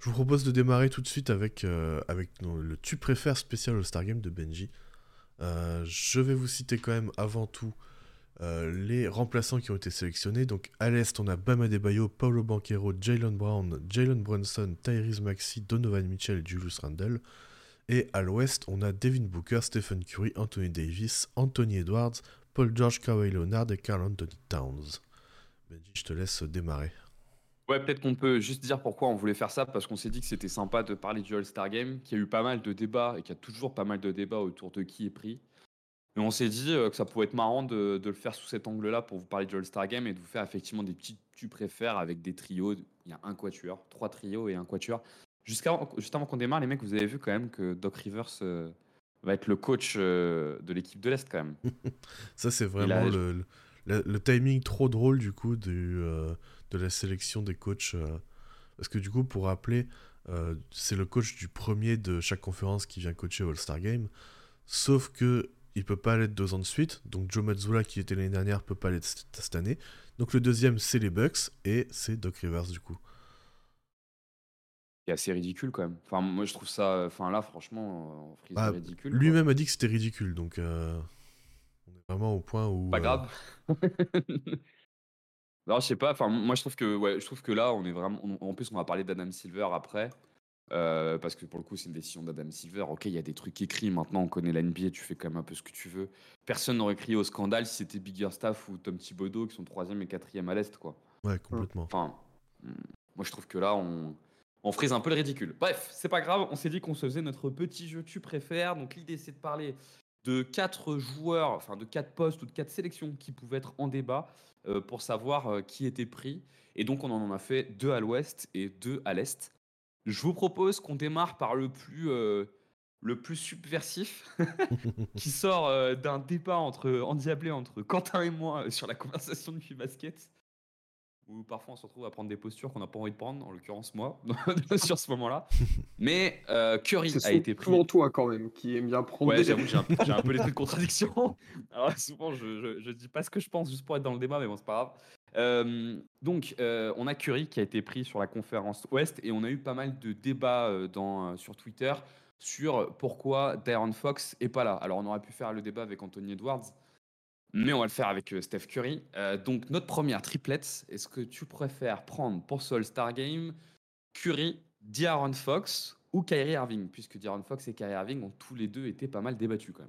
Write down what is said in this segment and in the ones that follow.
Je vous propose de démarrer tout de suite avec le tu préfères spécial All-Star Game de Benji. Je vais vous citer quand même avant tout les remplaçants qui ont été sélectionnés. Donc à l'Est, on a Bam Adebayo, Paolo Banchero, Jaylen Brown, Jalen Brunson, Tyrese Maxey, Donovan Mitchell et Julius Randle. Et à l'Ouest, on a Devin Booker, Stephen Curry, Anthony Davis, Anthony Edwards, Paul George, Kawhi Leonard et Karl Anthony Towns. Benji, je te laisse démarrer. Ouais, peut-être qu'on peut juste dire pourquoi on voulait faire ça, parce qu'on s'est dit que c'était sympa de parler du All-Star Game, qu'il y a eu pas mal de débats et qu'il y a toujours pas mal de débats autour de qui est pris. Et on s'est dit que ça pouvait être marrant de le faire sous cet angle-là pour vous parler du All-Star Game et de vous faire effectivement des petits tu préfères avec des trios. Il y a un quatuor, 3 trios et un quatuor. Juste avant qu'on démarre, les mecs, vous avez vu quand même que Doc Rivers va être le coach de l'équipe de l'Est quand même. Ça, c'est Il vraiment a, le timing trop drôle du coup de la sélection des coachs. Parce que du coup, pour rappeler, c'est le coach du premier de chaque conférence qui vient coacher au All-Star Game. Sauf que il peut pas l'être 2 ans de suite. Donc Joe Mazzulla, qui était l'année dernière, peut pas l'être cette année. Donc le deuxième, c'est les Bucks et c'est Doc Rivers du coup. est assez ridicule quand même. Enfin, moi je trouve ça. Enfin, là, franchement, en frise Bah, ridicule quoi. lui-même a dit que c'était ridicule. Donc on est vraiment au point où. Pas grave. Non, je sais pas. Enfin, moi, je trouve que là, on est vraiment. En plus, on va parler d'Adam Silver après, parce que pour le coup, c'est une décision d'Adam Silver. Ok, il y a des trucs écrits. Maintenant, on connaît la NBA. Tu fais quand même un peu ce que tu veux. Personne n'aurait crié au scandale si c'était Biggerstaff ou Tom Thibodeau qui sont troisième et quatrième à l'est, quoi. Ouais, complètement. Enfin, hmm, moi, je trouve que là, on frise un peu le ridicule. Bref, c'est pas grave. On s'est dit qu'on se faisait notre petit jeu tu préfères. Donc, l'idée, c'est de parler de 4 joueurs, enfin de 4 postes ou de 4 sélections qui pouvaient être en débat pour savoir qui était pris. Et donc, on en a fait 2 à l'ouest et 2 à l'est. Je vous propose qu'on démarre par le plus subversif, qui sort d'un débat endiablé entre Quentin et moi sur la conversation du basket, où parfois on se retrouve à prendre des postures qu'on n'a pas envie de prendre, en l'occurrence moi, sur ce moment-là. Mais Curry C'est a été souvent pris. toi quand même qui aime bien prendre Ouais, des... j'avoue, j'ai un peu l'esprit de contradiction. Alors souvent, je dis pas ce que je pense juste pour être dans le débat, mais bon, c'est pas grave. Donc, on a Curry qui a été pris sur la conférence Ouest et on a eu pas mal de débats sur Twitter sur pourquoi De'Aaron Fox est pas là. Alors, on aurait pu faire le débat avec Anthony Edwards, mais on va le faire avec Steph Curry. Donc, notre première triplette, est-ce que tu préfères prendre pour ce All-Star Game Curry, De'Aaron Fox ou Kyrie Irving, puisque De'Aaron Fox et Kyrie Irving ont tous les deux été pas mal débattus quand même.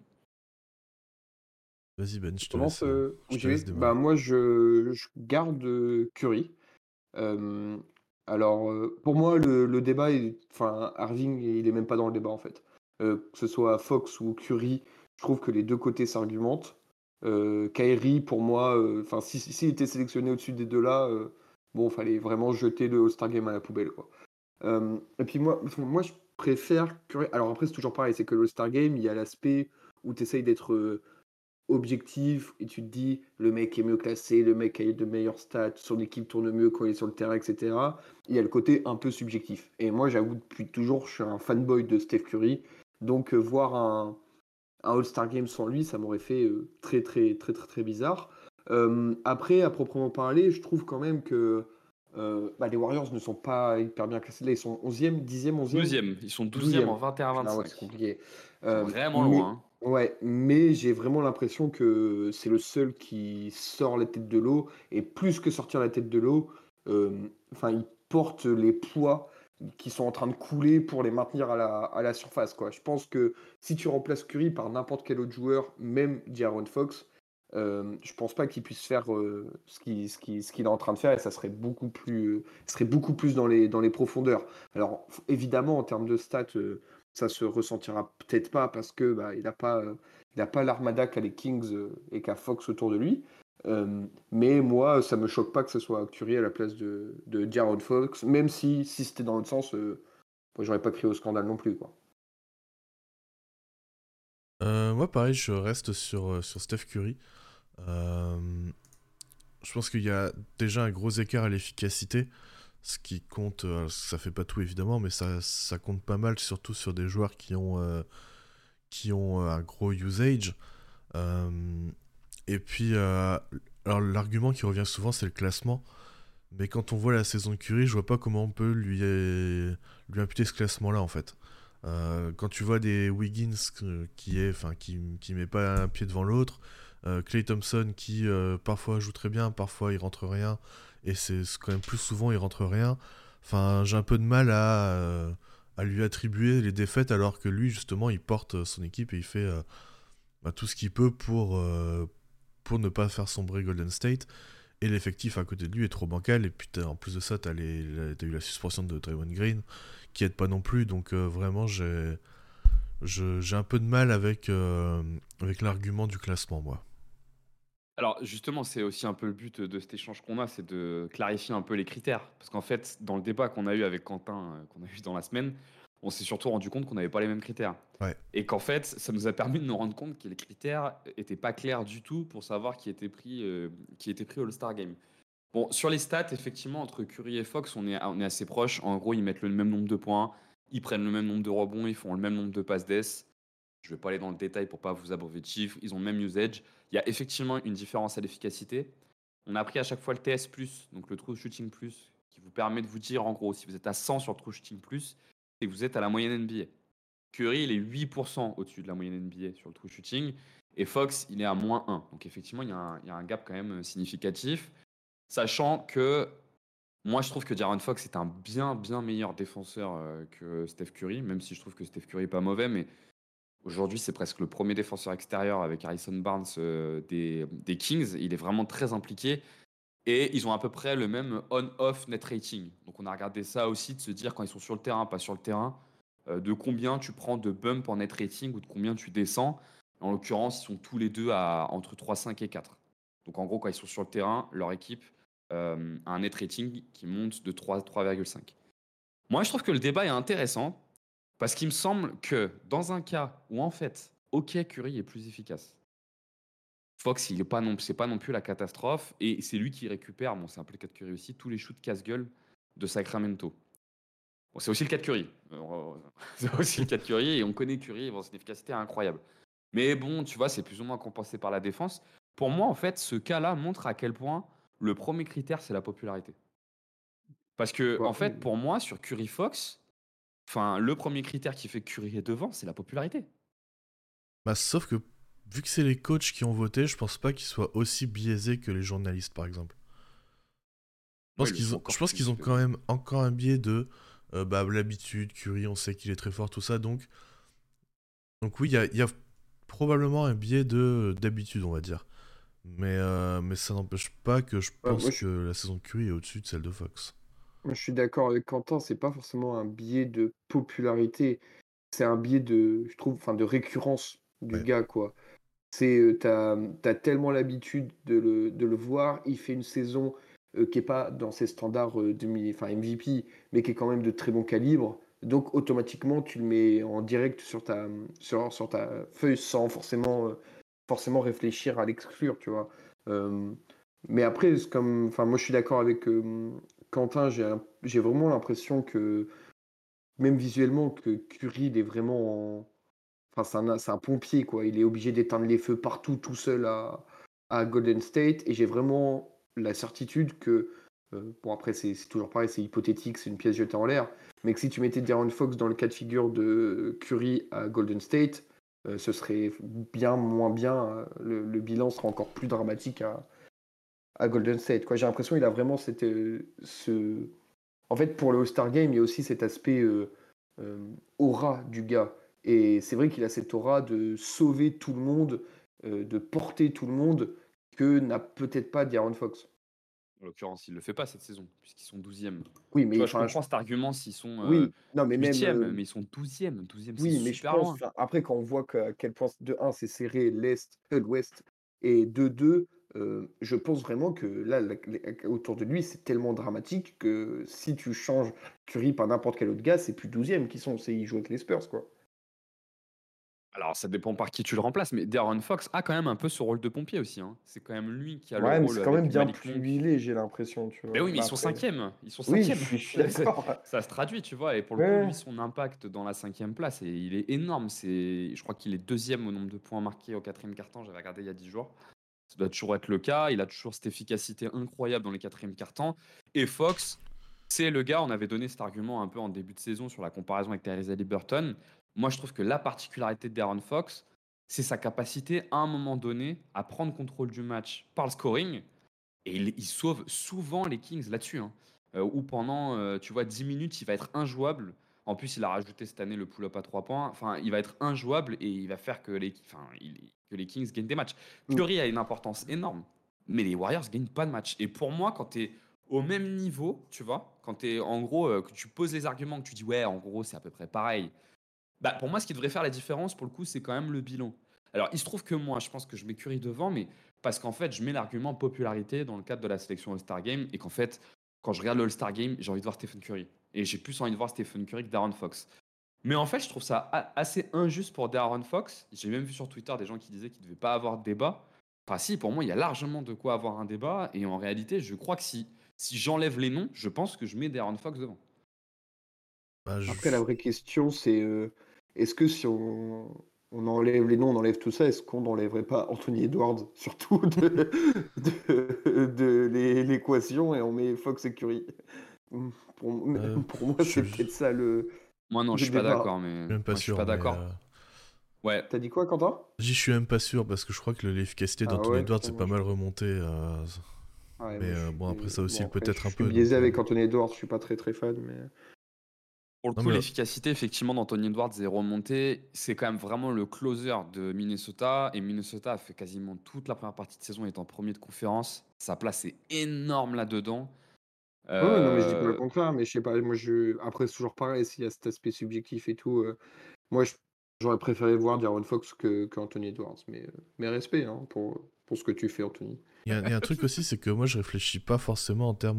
Vas-y Ben, Je commence je où te je laisse vais. Bah, démarrer. moi, je garde Curry. Euh, alors, pour moi, le débat, enfin, Irving, il est même pas dans le débat en fait. Que ce soit Fox ou Curry, je trouve que les deux côtés s'argumentent. Kyrie, pour moi, enfin, s'il était sélectionné au-dessus des deux là, bon, fallait vraiment jeter le All-Star Game à la poubelle, quoi. Et puis moi, je préfère Curry. Alors après, c'est toujours pareil, c'est que le All-Star Game, il y a l'aspect où tu essayes d'être objectif et tu te dis le mec est mieux classé, le mec a eu de meilleures stats, son équipe tourne mieux quand il est sur le terrain, etc. Il y a le côté un peu subjectif. Et moi, j'avoue, depuis toujours, je suis un fanboy de Steph Curry. Donc, voir un All-Star Game sans lui, ça m'aurait fait très, très, très, très, très bizarre. Après, à proprement parler, je trouve quand même que les Warriors ne sont pas hyper bien classés. Là, ils sont 11e, 10e, 11e, 12e, ils sont 12e 12e. en Putain, ouais, c'est 21-25. compliqué. Ils sont vraiment Mais, loin, hein. ouais, mais j'ai vraiment l'impression que c'est le seul qui sort la tête de l'eau. Et plus que sortir la tête de l'eau, enfin, il porte les poids qui sont en train de couler pour les maintenir à la surface, quoi. Je pense que si tu remplaces Curry par n'importe quel autre joueur, même De'Aaron Fox, je pense pas qu'il puisse faire ce qu'il est en train de faire et ça serait beaucoup plus dans les profondeurs. Alors évidemment en termes de stats, ça se ressentira peut-être pas parce que il a pas l'armada qu'a les Kings et qu'a Fox autour de lui. Mais moi, ça me choque pas que ce soit Curry à la place de De'Aaron Fox, même si c'était dans l'autre sens, moi j'aurais pas crié au scandale non plus, quoi. Moi, pareil, je reste sur Steph Curry. Euh, je pense qu'il y a déjà un gros écart à l'efficacité, ce qui compte, ça fait pas tout évidemment, mais ça compte pas mal, surtout sur des joueurs qui ont un gros usage. Euh, et puis, alors l'argument qui revient souvent, c'est le classement. Mais quand on voit la saison de Curry, je vois pas comment on peut lui imputer ce classement-là, en fait. Quand tu vois des Wiggins qui met pas un pied devant l'autre, Klay Thompson qui parfois joue très bien, parfois il rentre rien, et c'est quand même plus souvent il rentre rien. Enfin, j'ai un peu de mal à lui attribuer les défaites alors que lui, justement, il porte son équipe et il fait tout ce qu'il peut pour ne pas faire sombrer Golden State. Et l'effectif à côté de lui est trop bancal. Et puis en plus de ça, t'as eu la suspension de Draymond Green qui aide pas non plus. Donc vraiment, j'ai un peu de mal avec l'argument du classement, moi. Alors justement, c'est aussi un peu le but de cet échange qu'on a, c'est de clarifier un peu les critères. Parce qu'en fait, dans le débat qu'on a eu avec Quentin, qu'on a eu dans la semaine, on s'est surtout rendu compte qu'on n'avait pas les mêmes critères. Ouais. Et qu'en fait, ça nous a permis de nous rendre compte que les critères n'étaient pas clairs du tout pour savoir qui était pris All-Star Game. Bon, sur les stats, effectivement, entre Curry et Fox, on est assez proches. En gros, ils mettent le même nombre de points, ils prennent le même nombre de rebonds, ils font le même nombre de passes d'ess. Je ne vais pas aller dans le détail pour pas vous abreuver de chiffres. Ils ont le même usage. Il y a effectivement une différence à l'efficacité. On a pris à chaque fois le TS+, donc le True Shooting+, qui vous permet de vous dire, en gros, si vous êtes à 100 sur le True Shooting+, c'est que vous êtes à la moyenne NBA. Curry, il est 8% au-dessus de la moyenne NBA sur le True Shooting, et Fox, il est à -1. Donc effectivement, il y a un gap quand même significatif, sachant que moi, je trouve que De'Aaron Fox est un bien, bien meilleur défenseur que Steph Curry, même si je trouve que Steph Curry n'est pas mauvais, mais aujourd'hui, c'est presque le premier défenseur extérieur avec Harrison Barnes des Kings. Il est vraiment très impliqué. Et ils ont à peu près le même on-off net rating. Donc on a regardé ça aussi, de se dire quand ils sont sur le terrain, pas sur le terrain, de combien tu prends de bump en net rating ou de combien tu descends. En l'occurrence, ils sont tous les deux à entre 3,5 et 4. Donc en gros, quand ils sont sur le terrain, leur équipe a un net rating qui monte de 3,5. Moi, je trouve que le débat est intéressant parce qu'il me semble que dans un cas où en fait, ok, Curry est plus efficace, Fox, il est pas non, c'est pas non plus la catastrophe et c'est lui qui récupère, bon, c'est un peu le cas de Curry aussi, tous les shoots casse-gueule de Sacramento. Bon, c'est aussi le cas de Curry. C'est aussi le cas de Curry et on connaît Curry, bon, c'est une efficacité incroyable. Mais bon, tu vois, c'est plus ou moins compensé par la défense. Pour moi, en fait, ce cas-là montre à quel point le premier critère, c'est la popularité. Parce que, en Bah, fait, pour moi, sur Curry Fox, enfin, le premier critère qui fait que Curry est devant, c'est la popularité. Bah, sauf que vu que c'est les coachs qui ont voté, je pense pas qu'ils soient aussi biaisés que les journalistes, par exemple. Ouais, ils le sont Je encore pense qu'ils plus ont que. quand même encore un biais de l'habitude, Curry, on sait qu'il est très fort, tout ça. Donc oui, il y a probablement un biais d'habitude, on va dire. Mais ça n'empêche pas que je ouais, pense que la saison de Curry est au-dessus de celle de Fox. moi, je suis d'accord avec Quentin, c'est pas forcément un biais de popularité, c'est un biais de, je trouve, enfin, de récurrence du Ouais. gars, quoi. C'est, t'as tellement l'habitude de le voir, il fait une saison qui est pas dans ses standards enfin MVP, mais qui est quand même de très bon calibre. Donc automatiquement, tu le mets en direct sur ta feuille sans forcément réfléchir à l'exclure, tu vois. Euh, mais après, enfin, moi je suis d'accord avec Quentin, j'ai vraiment l'impression que, même visuellement, que Curry, il est vraiment enfin, c'est un pompier, quoi. Il est obligé d'éteindre les feux partout, tout seul à Golden State. Et j'ai vraiment la certitude que, bon, après, c'est toujours pareil, c'est hypothétique, c'est une pièce jetée en l'air. Mais que si tu mettais De'Aaron Fox dans le cas de figure de Curry à Golden State, ce serait bien moins bien. Le bilan serait encore plus dramatique à Golden State, quoi. J'ai l'impression qu'il a vraiment En fait, pour le All-Star Game, il y a aussi cet aspect euh, aura du gars. Et c'est vrai qu'il a cette aura de sauver tout le monde, de porter tout le monde, que n'a peut-être pas De'Aaron Fox. En l'occurrence, il ne le fait pas cette saison, puisqu'ils sont 12e. Oui, Tu mais vois, je enfin, comprends cet argument s'ils sont oui, non, mais même, 8e, mais ils sont 12e. 12e, c'est oui, mais je super pense, loin. enfin, après, quand on voit à quel point, de un, c'est serré l'Ouest, et de deux, je pense vraiment que là, autour de lui, c'est tellement dramatique que si tu changes Curry par n'importe quel autre gars, c'est plus 12e qui sont, ils jouent avec les Spurs, quoi. Alors, ça dépend par qui tu le remplaces, mais De'Aaron Fox a quand même un peu ce rôle de pompier aussi, hein. C'est quand même lui qui a le Ouais, mais rôle c'est quand même avec bien Malik plus Monk. huilé, j'ai l'impression, tu Mais vois. oui, mais Mais ils sont après, 5e. Ils sont oui, 5e. je suis d'accord. Ça se traduit, tu vois. Et pour le coup, lui, Ouais. son impact dans la 5e place, et il est énorme. Je crois qu'il est 2e au nombre de points marqués au 4e quart-temps. J'avais regardé il y a 10 jours. Ça doit toujours être le cas. Il a toujours cette efficacité incroyable dans les quatrièmes quart-temps. Et Fox, c'est le gars, on avait donné cet argument un peu en début de saison sur la comparaison avec Tyrese Haliburton. Moi, je trouve que la particularité de De'Aaron Fox, c'est sa capacité à un moment donné à prendre contrôle du match par le scoring. Et il sauve souvent les Kings là-dessus. Hein. Où pendant, tu vois, 10 minutes, il va être injouable. En plus, il a rajouté cette année le pull-up à 3 points. Enfin, il va être injouable et il va faire que que les Kings gagnent des matchs. Mm. Curry a une importance énorme, mais les Warriors gagnent pas de match. Et pour moi, quand tu es au même niveau, tu vois, quand tu es en gros, que tu poses les arguments, que tu dis ouais, en gros, c'est à peu près pareil. Bah, pour moi, ce qui devrait faire la différence, pour le coup, c'est quand même le bilan. Alors, il se trouve que moi, je pense que je mets Curry devant, mais parce qu'en fait, je mets l'argument popularité dans le cadre de la sélection All-Star Game et qu'en fait, quand je regarde le All-Star Game, j'ai envie de voir Stephen Curry. Et j'ai plus envie de voir Stephen Curry que Darren Fox. Mais en fait, je trouve ça assez injuste pour Darren Fox. J'ai même vu sur Twitter des gens qui disaient qu'il ne devait pas avoir de débat. Enfin, si, pour moi, il y a largement de quoi avoir un débat. Et en réalité, je crois que si j'enlève les noms, je pense que je mets Darren Fox devant. Bah, Après, la vraie question, c'est est-ce que si on enlève les noms, on enlève tout ça, est-ce qu'on n'enlèverait pas Anthony Edwards, surtout de l'équation, et on met Fox et Curry? Pour, pour moi, c'est je peut-être ça le, Moi, non, je le suis pas débat. d'accord, mais suis même pas moi, je suis sûr, pas mais d'accord. Ouais, T'as dit quoi, Quentin? je suis même pas sûr parce que je crois que l'efficacité Ah d'Anthony ouais, Edwards putain, c'est moi, pas mal remonté. ouais, Mais moi, bon, après ça oscille après, je peut-être un suis peu. biaisé Donc, avec Anthony Edwards, je suis pas très très fan, mais... pour le non, coup, mais l'efficacité, effectivement, d'Anthony Edwards est remontée. C'est quand même vraiment le closer de Minnesota. Et Minnesota a fait quasiment toute la première partie de saison étant premier de conférence. Sa place est énorme là-dedans. Ouais, non, mais je dis pas le Euh, contraire, mais je sais pas, moi, après, c'est toujours pareil, s'il y a cet aspect subjectif et tout, moi, j'aurais préféré voir De'Aaron Fox que Anthony Edwards, mais respect, hein, pour ce que tu fais, Anthony. il y a un truc aussi, c'est que moi je réfléchis pas forcément en termes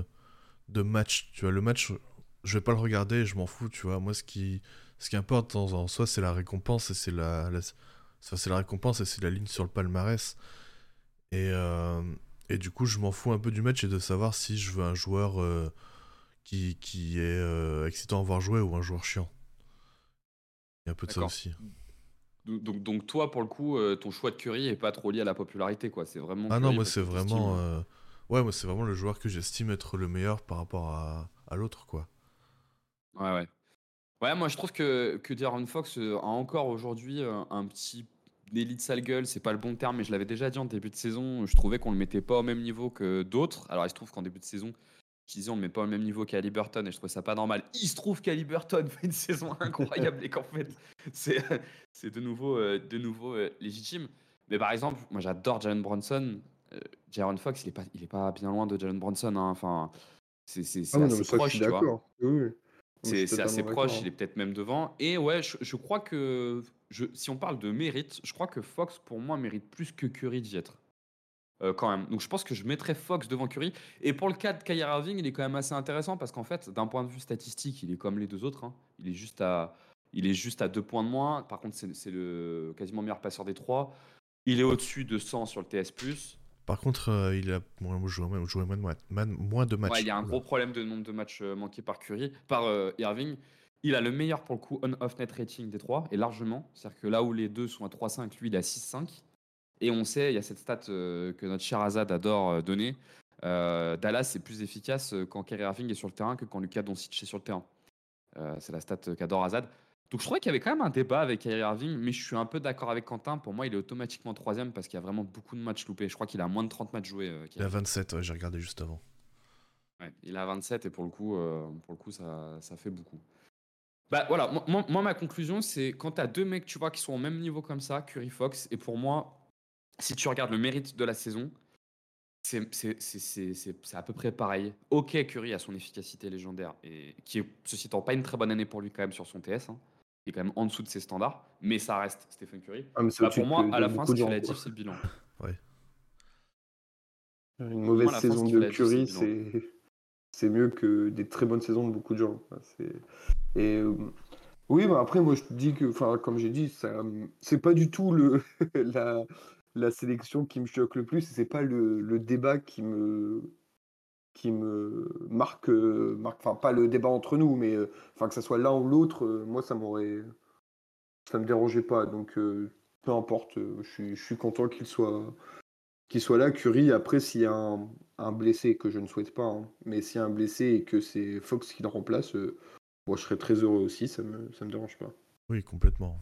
de match. Tu vois, le match, je vais pas le regarder, je m'en fous, tu vois. Moi, ce qui importe en soi, c'est la récompense et c'est la récompense et c'est la ligne sur le palmarès. Et, euh, et du coup, je m'en fous un peu du match et de savoir si je veux un joueur qui est excitant à voir jouer ou un joueur chiant. Il y a un peu de ça d'accord. aussi. Donc, toi, pour le coup, ton choix de Curry est pas trop lié à la popularité, quoi. C'est vraiment Ah non, Curry moi parce c'est que t'estimes. vraiment, ouais, moi c'est vraiment le joueur que j'estime être le meilleur par rapport à l'autre, quoi. Ouais, ouais. Ouais, moi je trouve que De'Aaron Fox a encore aujourd'hui un petit délit de sale gueule, c'est pas le bon terme, mais je l'avais déjà dit en début de saison, je trouvais qu'on le mettait pas au même niveau que d'autres. Alors il se trouve qu'en début de saison, je disais on le met pas au même niveau qu'Haliburton et je trouvais ça pas normal. Il se trouve qu'Haliburton fait une saison incroyable et qu'en fait c'est c'est de nouveau légitime. Mais par exemple, moi j'adore Jalen Brunson. De'Aaron Fox, il est pas bien loin de Jalen Brunson, hein. Enfin, c'est c'est- Ah c'est oui, non, mais assez ça, je suis proche, tu vois. d'accord. Oui, oui. Moi, je suis C'est assez totalement proche, il d'accord. est peut-être même devant. Et ouais, je crois que si on parle de mérite, je crois que Fox, pour moi, mérite plus que Curry d'y être. Quand même. Donc je pense que je mettrais Fox devant Curry. Et pour le cas de Kyrie Irving, il est quand même assez intéressant parce qu'en fait, d'un point de vue statistique, il est comme les deux autres. Hein. Il est juste à 2 points de moins. Par contre, c'est le quasiment meilleur passeur des trois. Il est au-dessus de 100 sur le TS+. Par contre, il a joué moins de Ouais, il matchs. y a un Oula. gros problème de nombre de matchs manqués par Irving. Il a le meilleur pour le coup on-off net rating des trois, et largement. C'est-à-dire que là où les deux sont à 3,5, lui il est à 6,5. Et on sait, il y a cette stat que notre cher Azad adore donner. Dallas est plus efficace quand Kyrie Irving est sur le terrain que quand Luka Doncic est sur le terrain. C'est la stat qu'adore Azad. Donc je trouvais qu'il y avait quand même un débat avec Kyrie Irving, mais je suis un peu d'accord avec Quentin. Pour moi, il est automatiquement troisième parce qu'il y a vraiment beaucoup de matchs loupés. Je crois qu'il a moins de 30 matchs joués, Il a Kyrie. 27, ouais, j'ai regardé juste avant. Ouais, il a 27 et pour le coup ça fait beaucoup. Bah voilà, moi, ma conclusion c'est quand tu as deux mecs tu vois qui sont au même niveau comme ça, Curry Fox, et pour moi, si tu regardes le mérite de la saison, c'est à peu près pareil. Ok, Curry a son efficacité légendaire, et qui est, ceci étant, pas une très bonne année pour lui quand même sur son TS, hein, qui est quand même en dessous de ses standards, mais ça reste Stephen Curry. Ah, mais c'est Bah au-dessus pour moi, à de la fin, beaucoup ce de qui fait gens, la quoi. diff, c'est le bilan. Ouais. Une Pour moi, mauvaise à la fin, ce saison qui fait de la diff, c'est le Curry, bilan. c'est mieux que des très bonnes saisons de beaucoup de gens. Et oui, bah après, moi, je te dis que, enfin, comme j'ai dit, c'est pas du tout la sélection qui me choque le plus, et c'est pas le débat qui me marque, enfin, pas le débat entre nous, mais enfin, que ça soit l'un ou l'autre, moi, ça me dérangeait pas. Donc, peu importe, je suis content qu'il soit là, Curry. Après, s'il y a un blessé, que je ne souhaite pas, hein, mais s'il y a un blessé et que c'est Fox qui le remplace, moi je serais très heureux aussi, ça me dérange pas. Oui, complètement.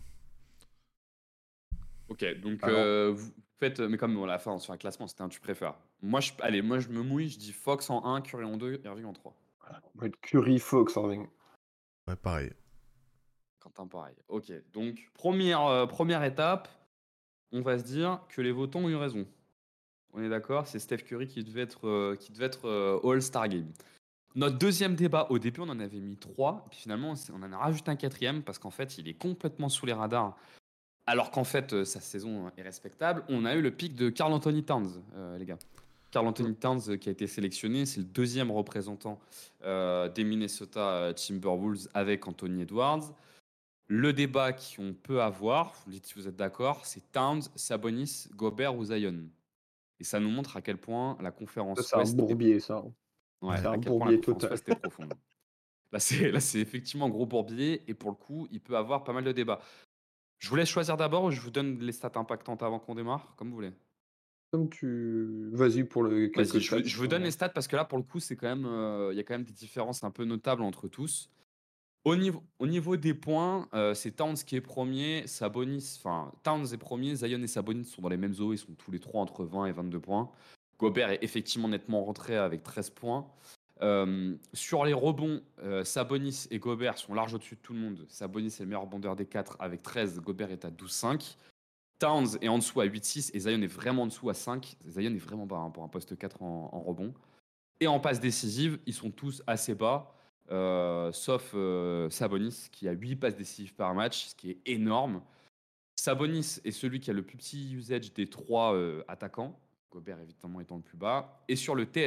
Ok, donc Alors, vous faites, mais comme à la fin on se fait un classement, c'était un tu préfères. Allez, moi je me mouille, je dis Fox en 1, Curry en 2, Irving en 3. on va être Curry, Fox, Irving. Ouais, pareil. Quentin pareil. Ok, donc première étape, on va se dire que les votants ont eu raison. On est d'accord, c'est Steph Curry qui devait être All-Star Game. Notre deuxième débat, au début on en avait mis 3, puis finalement on en a rajouté un quatrième parce qu'en fait il est complètement sous les radars. Alors qu'en fait, sa saison est respectable. On a eu le pic de Karl Anthony Towns, les gars. Karl Mm. Anthony Towns qui a été sélectionné, c'est le deuxième représentant des Minnesota Timberwolves avec Anthony Edwards. Le débat qu'on peut avoir, vous me dites si vous êtes d'accord, c'est Towns, Sabonis, Gobert ou Zion. Et ça nous montre à quel point la Ça, conférence c'est un Ouest est, bourbier, ça. ouais, C'est Ouais. un à quel point la bourbier conférence total. Ouest est profonde. Là, c'est effectivement un gros bourbier et pour le coup, il peut avoir pas mal de débats. Je vous laisse choisir d'abord ou je vous donne les stats impactantes avant qu'on démarre, comme vous voulez. Comme tu. Vas-y pour quelques Vas-y, stats. je vous donne les stats parce que là, pour le coup, c'est quand même, il y a quand même des différences un peu notables entre tous. Au niveau des points, c'est Towns qui est premier, Sabonis, enfin Towns est premier, Zion et Sabonis sont dans les mêmes eaux, ils sont tous les trois entre 20 et 22 points. Gobert est effectivement nettement rentré avec 13 points. Sur les rebonds, Sabonis et Gobert sont large au-dessus de tout le monde. Sabonis est le meilleur rebondeur des 4 avec 13, Gobert est à 12,5. Towns est en dessous à 8,6 et Zion est vraiment en dessous à 5. Zion est vraiment bas hein, pour un poste 4 en rebond. Et en passe décisive, ils sont tous assez bas, sauf Sabonis qui a 8 passes décisives par match, ce qui est énorme. Sabonis est celui qui a le plus petit usage des 3 attaquants, Gobert évidemment étant le plus bas. Et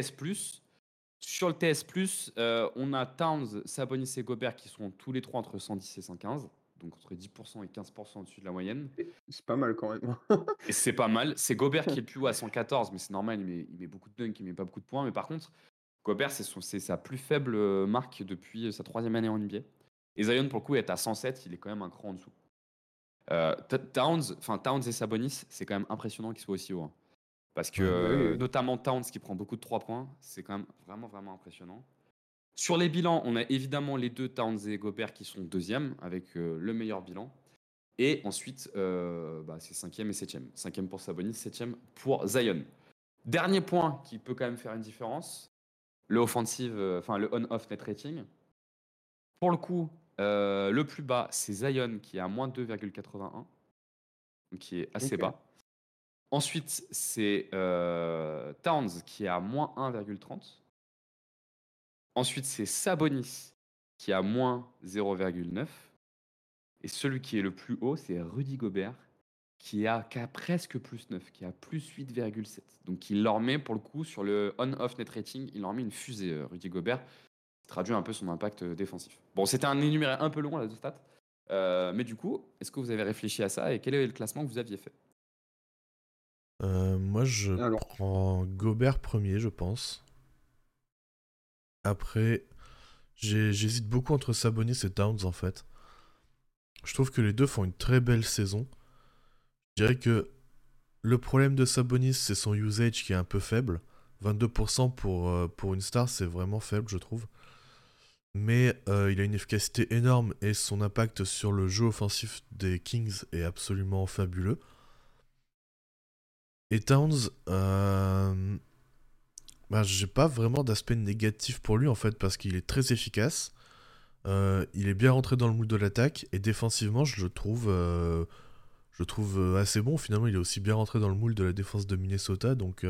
sur le TS+, on a Towns, Sabonis et Gobert qui sont tous les trois entre 110 et 115, donc entre 10% et 15% au-dessus de la moyenne. C'est pas mal quand même. Et c'est pas mal. C'est Gobert qui est le plus haut à 114, mais c'est normal, il met beaucoup de dunks, il met pas beaucoup de points. Mais par contre, Gobert, c'est sa plus faible marque depuis sa 3e année en NBA. Et Zion, pour le coup, est à 107, il est quand même un cran en dessous. Towns et Sabonis, c'est quand même impressionnant qu'ils soient aussi hauts, hein. Parce que, Ouais. Bah oui, oui. notamment Towns qui prend beaucoup de 3 points, c'est quand même vraiment, vraiment impressionnant. Sur les bilans, on a évidemment les deux Towns et Gobert qui sont deuxièmes, avec le meilleur bilan. Et ensuite, c'est 5e et 7e. 5e pour Sabonis, 7e pour Zion. Dernier point qui peut quand même faire une différence, le le on-off net rating. Pour le coup, le plus bas, c'est Zion qui est à moins 2,81, donc qui est assez Ok. bas. Ensuite, c'est Towns qui est à moins 1,30. Ensuite, c'est Sabonis qui est à moins 0,9. Et celui qui est le plus haut, c'est Rudy Gobert qui a presque plus 9, qui a plus 8,7. Donc il leur met pour le coup sur le on-off net rating, il leur met une fusée, Rudy Gobert, qui traduit un peu son impact défensif. Bon, c'était un énuméré un peu long là de stats, mais du coup, est-ce que vous avez réfléchi à ça et quel est le classement que vous aviez fait? Moi, je Alors, prends Gobert premier, je pense. Après, j'hésite beaucoup entre Sabonis et Towns, en fait. Je trouve que les deux font une très belle saison. Je dirais que le problème de Sabonis, c'est son usage qui est un peu faible. 22% pour une star, c'est vraiment faible, je trouve. Mais il a une efficacité énorme et son impact sur le jeu offensif des Kings est absolument fabuleux. Et Towns, j'ai pas vraiment d'aspect négatif pour lui en fait parce qu'il est très efficace. Il est bien rentré dans le moule de l'attaque et défensivement, je le trouve assez bon. Finalement, il est aussi bien rentré dans le moule de la défense de Minnesota, donc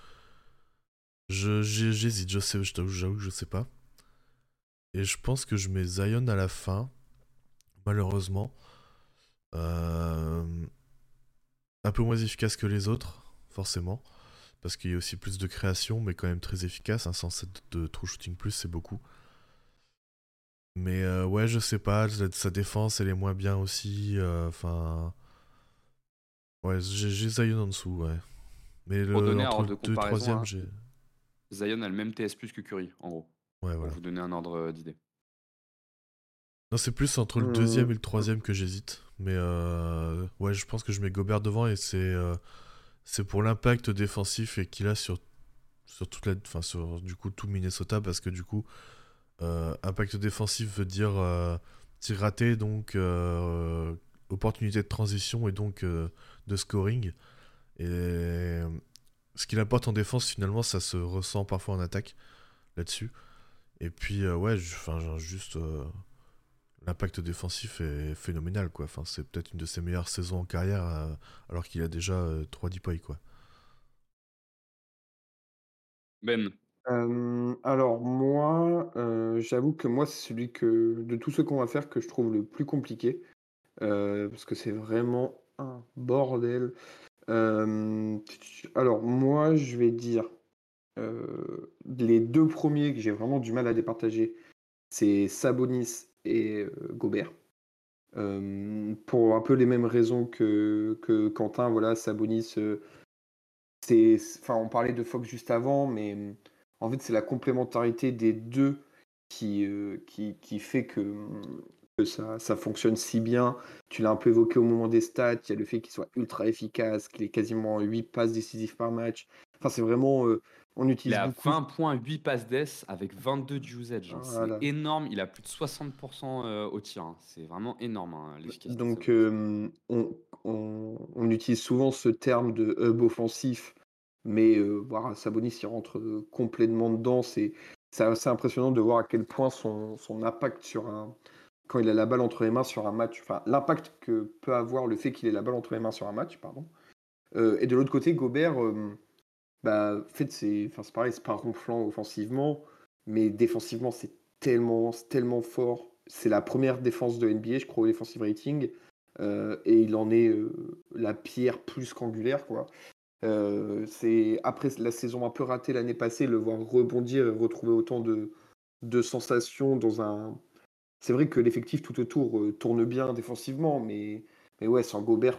j'hésite. J'avoue que je sais pas. Et je pense que je mets Zion à la fin, malheureusement. Euh, un peu moins efficace que les autres, forcément. Parce qu'il y a aussi plus de création, mais quand même très efficace. 107 de true shooting plus, c'est beaucoup. Mais ouais, je sais pas. Sa défense, elle est moins bien aussi. Enfin. Ouais, j'ai Zion en dessous, ouais. Mais Pour donner un entre ordre le de 2 et le comparaison, 3ème, hein, j'ai. Zion a le même TS+ que Curry, en gros, Ouais, pour voilà. vous donner un ordre d'idée. Non, c'est plus entre le hum, deuxième et le troisième que j'hésite. Mais ouais, je pense que je mets Gobert devant et c'est c'est pour l'impact défensif et qu'il a sur toute sur du coup tout Minnesota, parce que du coup, impact défensif veut dire tir raté, donc opportunité de transition et donc de scoring. Et ce qu'il apporte en défense, finalement, ça se ressent parfois en attaque là-dessus. Et puis, ouais, juste l'impact défensif est phénoménal, quoi. Enfin, c'est peut-être une de ses meilleures saisons en carrière, alors qu'il a déjà 3 DPOY, quoi. Ben, Alors moi, j'avoue que moi, c'est celui de tous ceux qu'on va faire que je trouve le plus compliqué, parce que c'est vraiment un bordel. Alors moi, je vais dire, les 2 premiers que j'ai vraiment du mal à départager, c'est Sabonis et Gobert. Pour un peu les mêmes raisons que Quentin, voilà, Sabonis, enfin, on parlait de Fox juste avant, mais en fait, c'est la complémentarité des deux qui fait que ça fonctionne si bien. Tu l'as un peu évoqué au moment des stats, il y a le fait qu'il soit ultra efficace, qu'il ait quasiment 8 passes décisives par match. Enfin, c'est vraiment, on il utilise a beaucoup. 20,8 passes d'ess avec 22 de usage, hein. C'est Voilà. énorme. Il a plus de 60% au tir, hein. C'est vraiment énorme, hein, l'efficacité de Donc, Sabonis. on utilise souvent ce terme de hub offensif, mais voilà, Sabonis, il rentre complètement dedans. C'est assez impressionnant de voir à quel point son impact quand il a la balle entre les mains sur un match, enfin, l'impact que peut avoir le fait qu'il ait la balle entre les mains sur un match, pardon. Et de l'autre côté, Gobert, bah, en fait, enfin, c'est pareil, c'est pas ronflant offensivement, mais défensivement, c'est tellement fort. C'est la première défense de NBA, je crois, au defensive rating, et il en est la pierre plus qu'angulaire, quoi. C'est après la saison un peu ratée l'année passée, le voir rebondir et retrouver autant de sensations dans un. C'est vrai que l'effectif tout autour tourne bien défensivement, mais ouais, sans Gobert,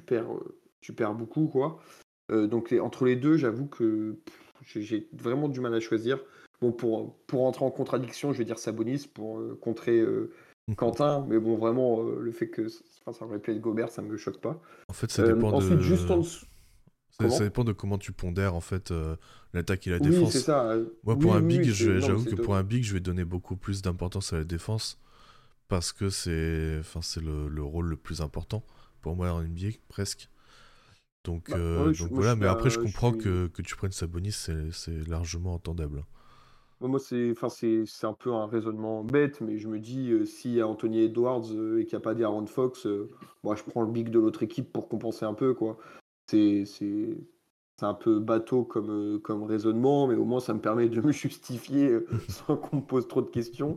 tu perds beaucoup, quoi. Donc entre les deux, j'avoue que j'ai vraiment du mal à choisir. Bon, pour entrer en contradiction, je vais dire Sabonis pour contrer Quentin, mais bon, vraiment, le fait que enfin, ça aurait pu être Gobert, ça me choque pas. En fait, ça dépend Ensuite, juste en de... dessous. Ça Comment? dépend de comment tu pondères, en fait, l'attaque et la Oui, c'est défense. ça. Moi, pour Oui, un oui, big, oui, non, mais j'avoue c'est que pour un big, je vais donner beaucoup plus d'importance à la défense, parce que c'est le rôle le plus important pour moi en NBA, presque. bah, ouais, Donc moi, je voilà, suis mais après, je là, je comprends suis. que tu prennes Sabonis, c'est largement entendable. Moi, enfin, c'est un peu un raisonnement bête, mais je me dis, s'il y a Anthony Edwards et qu'il n'y a pas d'Aaron Fox, moi, je prends le big de l'autre équipe pour compenser un peu, quoi. C'est un peu bateau comme raisonnement, mais au moins, ça me permet de me justifier sans qu'on me pose trop de questions.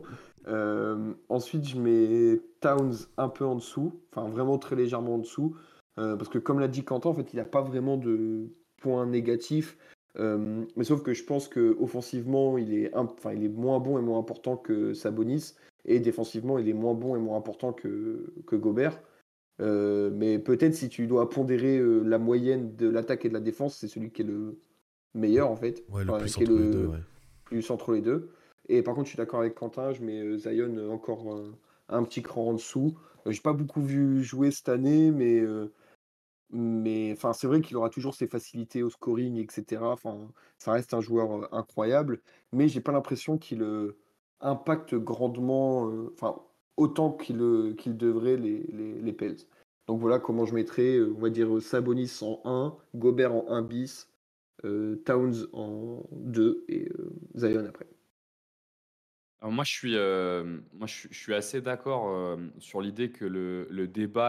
Ensuite, je mets Towns un peu en dessous, enfin, vraiment très légèrement en dessous, parce que comme l'a dit Quentin, en fait, il n'a pas vraiment de points négatifs. Mais sauf que je pense que offensivement, enfin, il est moins bon et moins important que Sabonis, et défensivement, il est moins bon et moins important que Gobert. Mais peut-être si tu dois pondérer la moyenne de l'attaque et de la défense, c'est celui qui est le meilleur en fait, Ouais, le enfin, plus qui est entre les deux, le ouais. plus entre les deux. Et par contre, je suis d'accord avec Quentin, je mets Zion encore un petit cran en dessous. J'ai pas beaucoup vu jouer cette année, mais enfin, c'est vrai qu'il aura toujours ses facilités au scoring, etc. Enfin, ça reste un joueur incroyable, mais j'ai pas l'impression qu'il impacte grandement, enfin, autant qu'il devrait les Pels. Donc voilà comment je mettrais, on va dire Sabonis en 1, Gobert en 1 bis, Towns en 2 et Zion après. Alors je suis assez d'accord sur l'idée que le débat,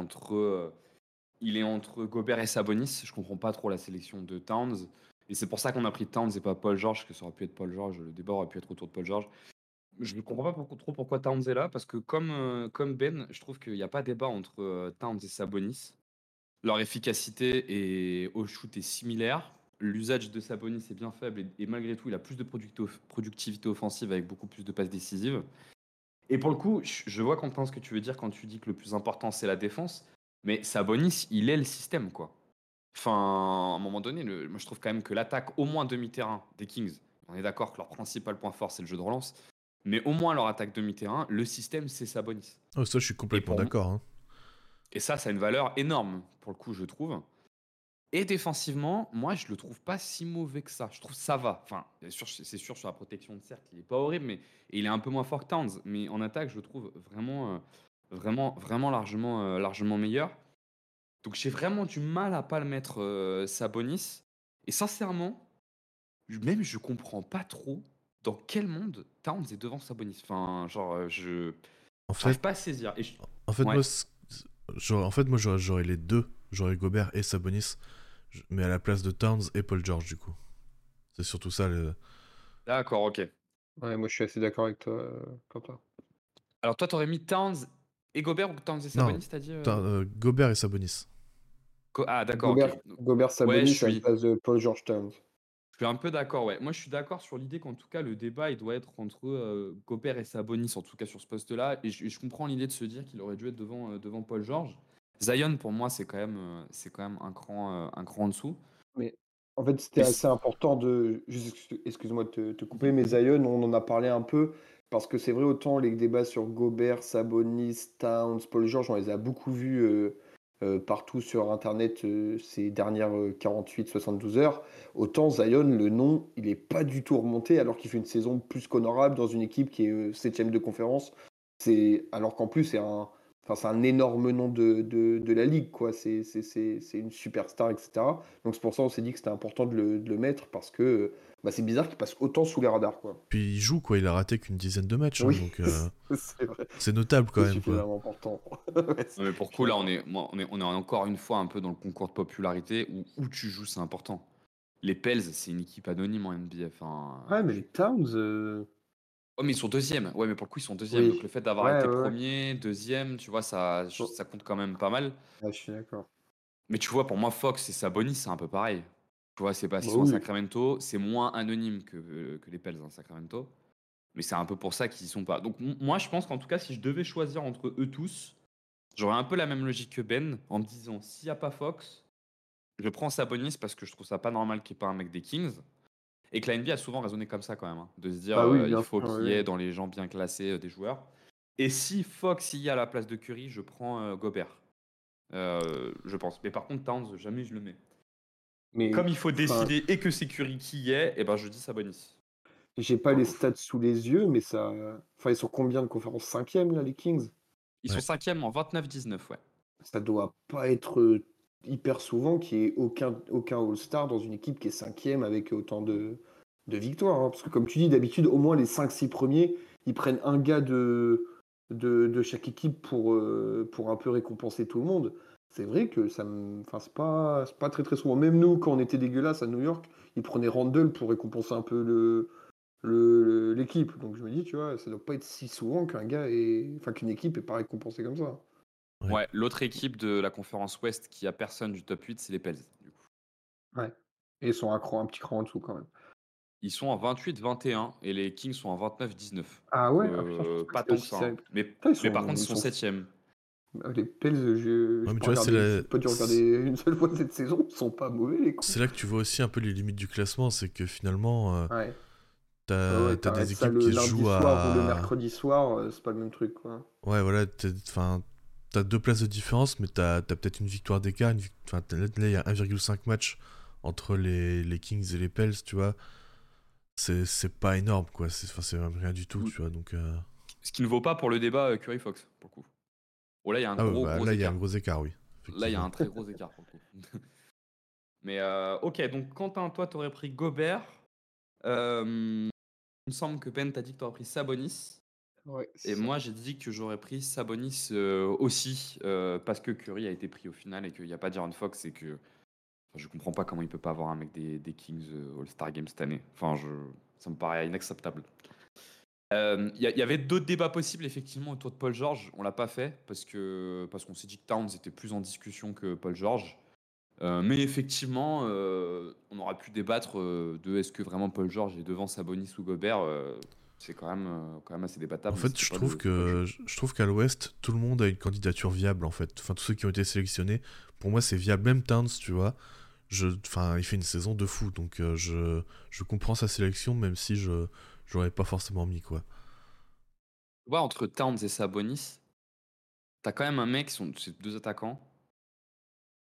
il est entre Gobert et Sabonis. Je comprends pas trop la sélection de Towns. Et c'est pour ça qu'on a pris Towns et pas Paul George, que ça aurait pu être Paul George. Le débat aurait pu être autour de Paul George. Je ne comprends pas trop pourquoi Towns est là, parce que comme Ben, je trouve qu'il n'y a pas débat entre Towns et Sabonis. Leur efficacité au shoot est similaire. L'usage de Sabonis est bien faible et malgré tout, il a plus de productivité offensive avec beaucoup plus de passes décisives. Et pour le coup, je vois Quentin ce que tu veux dire quand tu dis que le plus important c'est la défense, mais Sabonis, il est le système quoi. Enfin, à un moment donné, moi je trouve quand même que l'attaque, au moins demi-terrain des Kings, on est d'accord que leur principal point fort c'est le jeu de relance, mais au moins leur attaque demi-terrain, le système c'est Sabonis. Oh, ça, je suis Et, complètement pour, d'accord, hein. et ça a une valeur énorme pour le coup, je trouve. Et défensivement, moi, je le trouve pas si mauvais que ça. Je trouve que ça va. Enfin, bien sûr, c'est sûr, sur la protection de cercle, il est pas horrible, mais et il est un peu moins fort que Towns. Mais en attaque, je le trouve vraiment largement meilleur. Donc j'ai vraiment du mal à pas le mettre Sabonis. Et sincèrement, même je comprends pas trop dans quel monde Towns est devant Sabonis. Enfin, genre, En j'arrive fait, pas à saisir. en fait Ouais. moi, moi j'aurais les deux. J'aurais Gobert et Sabonis, mais à la place de Towns et Paul George du coup. C'est surtout ça le. D'accord, ok. Ouais, moi je suis assez d'accord avec toi, Quentin. Alors toi, t'aurais mis Towns et Gobert ou Towns et Non, Sabonis, t'as dit Gobert et Sabonis. Ah, d'accord, ok. Gobert Ouais, Sabonis à la place de Paul George Towns. je suis un peu d'accord, ouais. Moi, je suis d'accord sur l'idée qu'en tout cas, le débat, il doit être entre Gobert et Sabonis, en tout cas sur ce poste-là. Et je comprends l'idée de se dire qu'il aurait dû être devant Paul George. Zion, pour moi, c'est quand même un cran en dessous. Mais en fait, c'était Mais assez important de. Excuse-moi de te couper, mais Zion, on en a parlé un peu. Parce que c'est vrai, autant les débats sur Gobert, Sabonis, Towns, Paul George, on les a beaucoup vus partout sur Internet ces dernières 48-72 heures. Autant Zion, le nom, il n'est pas du tout remonté alors qu'il fait une saison plus qu'honorable dans une équipe qui est 7ème de conférence. Alors qu'en plus, c'est un énorme nom de la ligue, quoi. C'est une superstar, etc. Donc c'est pour ça qu'on s'est dit que c'était important de le mettre parce que c'est bizarre qu'il passe autant sous les radars, quoi. Puis il joue quoi, il a raté qu'une dizaine de matchs, hein, Oui, donc c'est vrai. c'est notable quand C'est même quoi. suffisamment important. Ouais, non, mais pour je coup, suis là, d'accord. on est encore une fois un peu dans le concours de popularité où tu joues, c'est important. Les Pels, c'est une équipe anonyme en NBA. Enfin, Ouais, mais les Towns, oh, mais ils sont deuxièmes. Ouais, mais pour le coup, ils sont deuxièmes. Donc oui. le fait d'avoir Ouais, été ouais, ouais. premier, deuxième, tu vois, Bon, ça compte quand même pas mal. ouais, je suis d'accord. Mais tu vois, pour moi, Fox et Sabonis, c'est un peu pareil. Tu vois, c'est parce Bah qu'ils sont à oui. Sacramento, c'est moins anonyme que les Pels, Sacramento. Mais c'est un peu pour ça qu'ils y sont pas. Donc moi, je pense qu'en tout cas, si je devais choisir entre eux tous, j'aurais un peu la même logique que Ben, en me disant, s'il n'y a pas Fox, je prends Sabonis parce que je trouve ça pas normal qu'il n'y ait pas un mec des Kings. Et que la NBA a souvent raisonné comme ça quand même, hein, de se dire, Bah oui, il bien faut sûr, qu'il y oui. ait dans les gens bien classés des joueurs. Et si Fox y est à la place de Curry, je prends Gobert. Je pense. Mais par contre, Towns, jamais je le mets. Mais, Comme il faut enfin, décider et que c'est Curry qui y est, et ben je dis Sabonis. j'ai pas Pour le les coup. stats sous les yeux, mais ça. Enfin, ils sont combien de conférences? 5e, là, les Kings? Ils sont Ouais. cinquième en 29-19, ouais. Ça doit pas être hyper souvent qu'il y ait aucun All-Star dans une équipe qui est 5e avec autant de victoires, hein. Parce que comme tu dis, d'habitude, au moins les 5-6 premiers, ils prennent un gars de chaque équipe pour un peu récompenser tout le monde. C'est vrai que enfin, c'est pas très très souvent. Même nous, quand on était dégueulasse à New York, ils prenaient Randle pour récompenser un peu l'équipe. Donc je me dis, tu vois, ça doit pas être si souvent enfin, qu'une équipe est pas récompensée comme ça. Ouais. Ouais, l'autre équipe de la conférence Ouest qui a personne du top 8, c'est les Pels, du coup. Ouais. Et ils sont un petit cran en dessous quand même. Ils sont en 28-21 et les Kings sont en 29-19. Ah Donc ouais? Ah putain, je pensais pas que pas c'était tant que aussi ça, serré. hein. Putain, Mais par contre, ils ils sont sont septième. les Pels, Ouais, j'ai mais pas tu vois, regardé, j'ai pas dû regarder une seule fois cette saison. Ils sont pas mauvais les c'est coups. là que tu vois aussi un peu les limites du classement, c'est que finalement, Ouais. Ouais, t'as ouais, t'as des t'arrêtes ça équipes le qui se lundi jouent soir ou le à. mercredi soir, c'est pas le même truc, quoi. Ouais, voilà, enfin, t'as deux places de différence, mais t'as peut-être une victoire d'écart. Enfin, là, il y a 1,5 match entre les Kings et les Pels, tu vois. C'est pas énorme, quoi. Enfin, c'est même rien du tout, tu vois. Donc, Ce qui ne vaut pas pour le débat Curry-Fox, pour le coup. Oh, là, il y a un ah ouais, gros, bah gros là, il y a un écart. gros écart, oui, Là, il y a effectivement. un très gros écart, pour le coup. Mais ok, donc Quentin, toi, t'aurais pris Gobert. Il me semble que Ben t'a dit que t'aurais pris Sabonis. Ouais, Et c'est ça. moi, j'ai dit que j'aurais pris Sabonis aussi, parce que Curry a été pris au final et qu'il n'y a pas d'Aaron Fox et que enfin, je comprends pas comment il peut pas avoir un mec des Kings All-Star Game cette année. Enfin, ça me paraît inacceptable. Il y avait d'autres débats possibles effectivement autour de Paul George. On l'a pas fait parce qu'on s'est dit que Towns était plus en discussion que Paul George. Mais effectivement, on aurait pu débattre de est-ce que vraiment Paul George est devant Sabonis ou Gobert. C'est quand même assez En débattable, mais fait, je trouve c'est pas le jeu. je trouve qu'à l'Ouest, tout le monde a une candidature viable, en fait. Enfin, tous ceux qui ont été sélectionnés, pour moi, c'est viable. Même Towns, tu vois. Enfin, il fait une saison de fou, donc je comprends sa sélection, même si je j'aurais pas forcément mis, quoi. Tu vois, entre Towns et Sabonis, t'as quand même un mec, c'est deux attaquants.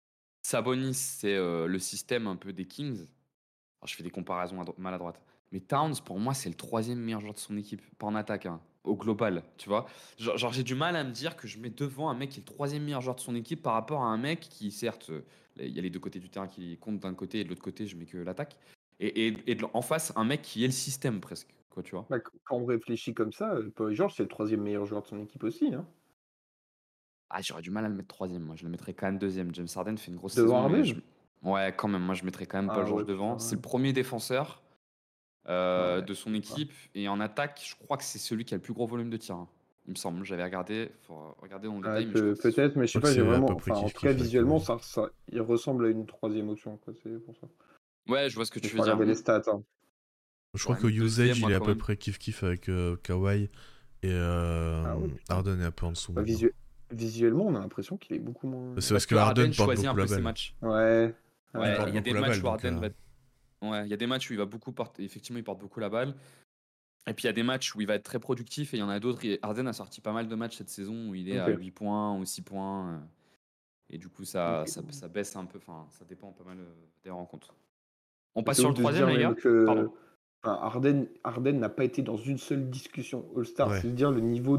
Sabonis, c'est le système un peu des Kings. Alors, je fais des comparaisons maladroites. Mais Towns, pour moi, c'est le troisième meilleur joueur de son équipe, pas en attaque, hein, au global, tu vois. Genre, j'ai du mal à me dire que je mets devant un mec qui est le troisième meilleur joueur de son équipe par rapport à un mec qui, certes, il y a les deux côtés du terrain qui comptent d'un côté et de l'autre côté, je mets que l'attaque. Et en face, un mec qui est le système presque, quoi, tu vois. Bah, quand on réfléchit comme ça, Paul George, c'est le troisième meilleur joueur de son équipe aussi, hein. Ah, j'aurais du mal à le mettre troisième, moi. Je le mettrais quand même deuxième. James Harden fait une grosse Devant saison, mais Harden? ouais, quand même, moi, je mettrais quand même Paul Ah George ouais, devant. putain, C'est le ouais. premier défenseur Ouais. de son équipe. Et en attaque, je crois que c'est celui qui a le plus gros volume de tir, hein. Il me semble. J'avais regardé. Faut regarder dans le Ouais, détail, mais je crois que c'est peut-être, mais je Je sais crois que pas, j'ai c'est à vraiment. peu près Enfin, en tout cas, kiff-kiff avec visuellement, Kawhi. il ressemble à une troisième option, quoi, c'est pour ça. Ouais, je vois ce que Il tu faut veux dire. regarder les stats, hein. Je crois J'aurais qu'au mis deuxième, usage, il moi, est à quand peu même. près kiff-kiff avec Kawhi et Ah ouais, putain. Harden est un peu en dessous Bah, maintenant. visuellement, on a l'impression qu'il est beaucoup moins. C'est parce Parce que que Harden Harden porte choisit un beaucoup peu la ses balle. match. Ouais. Il Ouais, porte il y a beaucoup des la matchs balle, où donc Harden va. Ouais, il y a des matchs où il va beaucoup porter. Effectivement, il porte beaucoup la balle. Et puis il y a des matchs où il va être très productif et il y en a d'autres. Harden a sorti pas mal de matchs cette saison où il est à Ok. 8 points ou 6 points. Et du coup, ça, Ok. ça, ça baisse un peu. Enfin, ça dépend pas mal des rencontres. On Mais passe c'est sur ouf le de se troisième, dire les même gars? que Pardon. enfin, Harden n'a pas été dans une seule discussion All-Star. Ouais. C'est dire le niveau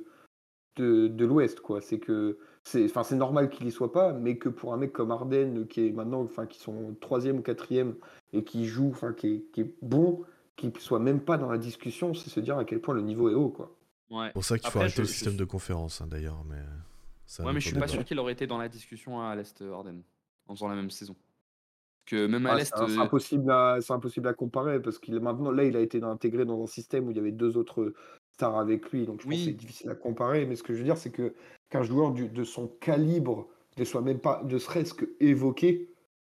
de l'Ouest, quoi. C'est que c'est normal qu'il y soit pas, mais que pour un mec comme Harden, qui est maintenant, enfin, qui sont troisième ou quatrième et qui joue, enfin, qui est bon, qui soit même pas dans la discussion, c'est se dire à quel point le niveau est haut, quoi. Ouais. C'est pour ça qu'il faut Après, arrêter le système de conférence, hein, d'ailleurs, mais c'est un ouais, mais je autre suis pas débat. sûr qu'il aurait été dans la discussion à l'Est, Harden, en faisant la même saison. Que même à Ah, l'Est, c'est impossible à comparer parce qu'il est maintenant, là, il a été intégré dans un système où il y avait deux autres stars avec lui, donc je pense que c'est oui, difficile à comparer. Mais ce que je veux dire, c'est que qu'un joueur de son calibre ne soit même pas, ne serait-ce que évoqué,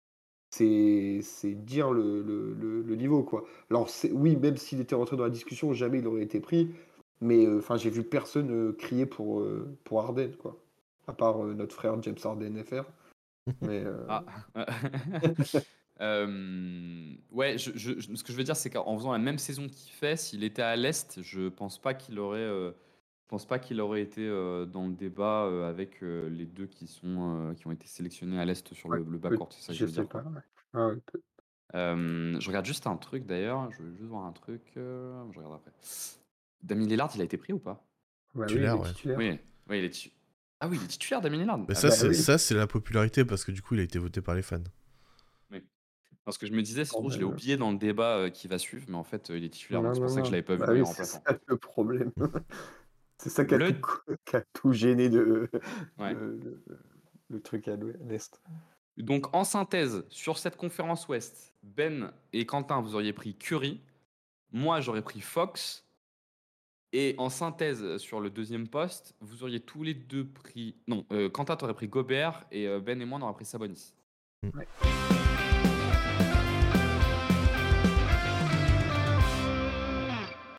c'est dire le niveau, quoi. Alors, oui, même s'il était rentré dans la discussion, jamais il aurait été pris. Mais enfin, j'ai vu personne crier pour Harden, quoi. À part notre frère James Harden FR. Mais ah. Ouais, ce que je veux dire, c'est qu'en faisant la même saison qu'il fait, s'il était à l'Est, je pense pas qu'il aurait, été dans le débat avec les deux qui ont été sélectionnés à l'Est sur ouais, le backcourt. C'est ça que je je veux sais dire, pas. quoi. Ouais. Ah ouais, Je regarde juste un truc d'ailleurs. Je veux juste voir un truc. Je regarde après. Damien Lillard, il a été pris ou pas? bah oui, il Titulaire, est ouais. titulaire. Oui, oui, Ah oui, il est titulaire, Damien Lillard. Mais Ah ça, bah, Bah c'est oui. ça, c'est la popularité parce que du coup, il a été voté par les fans. oui. Parce que je me disais, c'est trop, je l'ai Bordel. oublié dans le débat qui va suivre, mais en fait, il est titulaire, donc Non, c'est pour non, ça que je non. l'avais pas vu Bah quand il est oui, c'est ça remplaçant. le problème. C'est ça Le. qui a tout gêné Ouais. le truc à l'Est. Donc, en synthèse, sur cette conférence Ouest, Ben et Quentin, vous auriez pris Curry. Moi, j'aurais pris Fox. Et en synthèse, sur le deuxième poste, vous auriez tous les deux pris. Non, Quentin, t'aurais pris Gobert et Ben et moi, on aurait pris Sabonis. Mm. Ouais.